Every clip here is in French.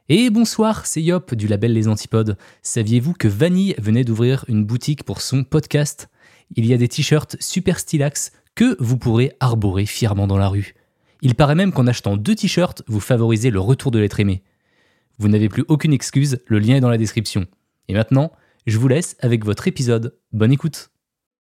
Et bonsoir, c'est Yop du label Les Antipodes. Saviez-vous que Vanille venait d'ouvrir une boutique pour son podcast ? Il y a des t-shirts super stylax que vous pourrez arborer fièrement dans la rue. Il paraît même qu'en achetant 2 t-shirts, vous favorisez le retour de l'être aimé. Vous n'avez plus aucune excuse, le lien est dans la description. Et maintenant, je vous laisse avec votre épisode. Bonne écoute.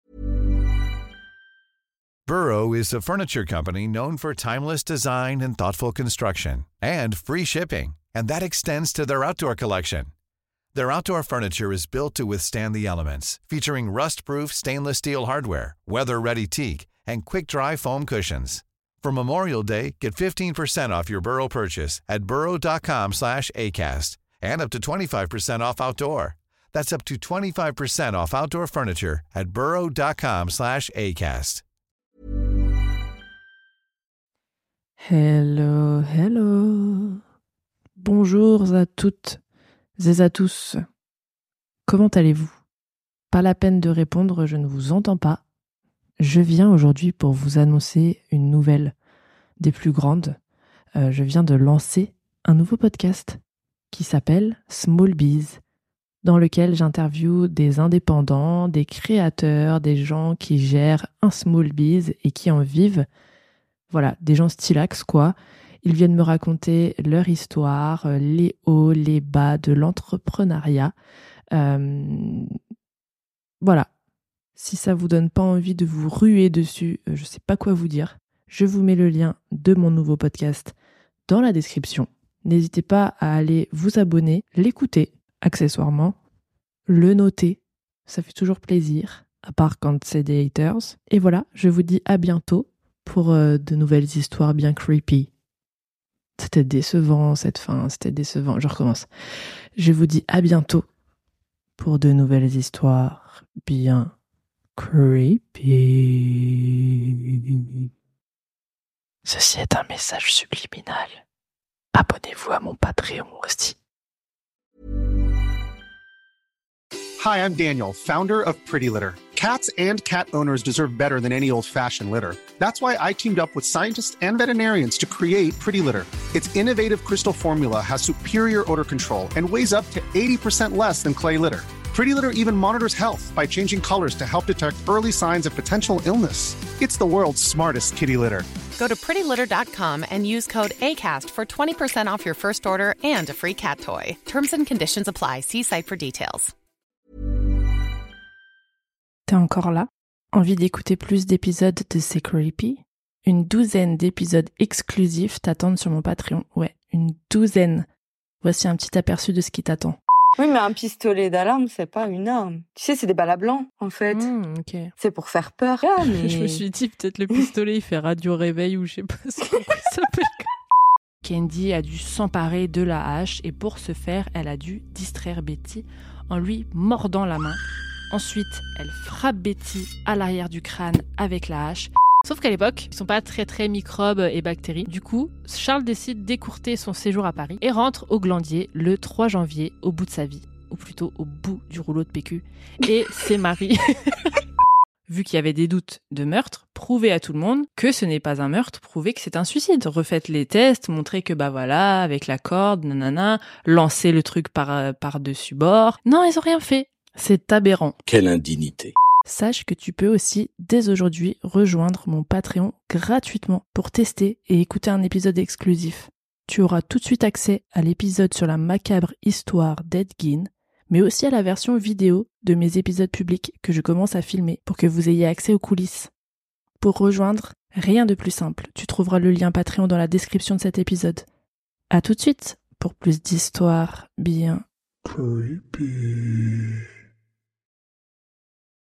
Burrow is a furniture company known for timeless design and thoughtful construction, and free shipping, and that extends to their outdoor collection. Their outdoor furniture is built to withstand the elements, featuring rust-proof stainless steel hardware, weather-ready teak, and quick-dry foam cushions. For Memorial Day, get 15% off your Burrow purchase at burrow.com/acast, and up to 25% off outdoor. That's up to 25% off outdoor furniture at burrow.com/acast. Hello, hello. Bonjour à toutes et à tous. Comment allez-vous ? Pas la peine de répondre, je ne vous entends pas. Je viens aujourd'hui pour vous annoncer une nouvelle des plus grandes. Je viens de lancer un nouveau podcast qui s'appelle Small Biz, dans lequel j'interviewe des indépendants, des créateurs, des gens qui gèrent un small biz et qui en vivent. Voilà, des gens stylax quoi. Ils viennent me raconter leur histoire, les hauts, les bas de l'entrepreneuriat. Voilà. Si ça vous donne pas envie de vous ruer dessus, je sais pas quoi vous dire. Je vous mets le lien de mon nouveau podcast dans la description. N'hésitez pas à aller vous abonner, l'écouter accessoirement, le noter. Ça fait toujours plaisir, à part quand c'est des haters. Et voilà, je vous dis à bientôt pour de nouvelles histoires bien creepy. C'était décevant cette fin, c'était décevant. Je recommence. Je vous dis à bientôt pour de nouvelles histoires bien creepy. Ceci est un message subliminal. Abonnez-vous à mon Patreon aussi. Hi, I'm Daniel, founder of Pretty Litter. Cats and cat owners deserve better than any old-fashioned litter. That's why I teamed up with scientists and veterinarians to create Pretty Litter. Its innovative crystal formula has superior odor control and weighs up to 80% less than clay litter. Pretty Litter even monitors health by changing colors to help detect early signs of potential illness. It's the world's smartest kitty litter. Go to prettylitter.com and use code ACAST for 20% off your first order and a free cat toy. Terms and conditions apply. See site for details. T'es encore là ? Envie d'écouter plus d'épisodes de C'est Creepy ? Une 12aine d'épisodes exclusifs t'attendent sur mon Patreon. Ouais, une 12aine. Voici un petit aperçu de ce qui t'attend. Oui, mais un pistolet d'alarme, c'est pas une arme. Tu sais, c'est des balles à blanc, en fait. Ok. C'est pour faire peur. Ah, mais... Je me suis dit, peut-être le pistolet, il fait radio réveil ou je sais pas ce qu'on s'appelle. Candy a dû s'emparer de la hache et pour ce faire, elle a dû distraire Betty en lui mordant la main. Ensuite, elle frappe Betty à l'arrière du crâne avec la hache. Sauf qu'à l'époque, ils sont pas très microbes et bactéries. Du coup, Charles décide d'écourter son séjour à Paris et rentre au Glandier le 3 janvier au bout de sa vie. Ou plutôt au bout du rouleau de PQ. Et c'est Marie, vu qu'il y avait des doutes de meurtre, prouver à tout le monde que ce n'est pas un meurtre, prouver que c'est un suicide. Refaites les tests, montrez que bah voilà, avec la corde, nanana, lancez le truc par-dessus bord. Non, ils ont rien fait. C'est aberrant. Quelle indignité. Sache que tu peux aussi, dès aujourd'hui, rejoindre mon Patreon gratuitement pour tester et écouter un épisode exclusif. Tu auras tout de suite accès à l'épisode sur la macabre histoire d'Ed Gein, mais aussi à la version vidéo de mes épisodes publics que je commence à filmer pour que vous ayez accès aux coulisses. Pour rejoindre, rien de plus simple. Tu trouveras le lien Patreon dans la description de cet épisode. À tout de suite pour plus d'histoires bien creepy.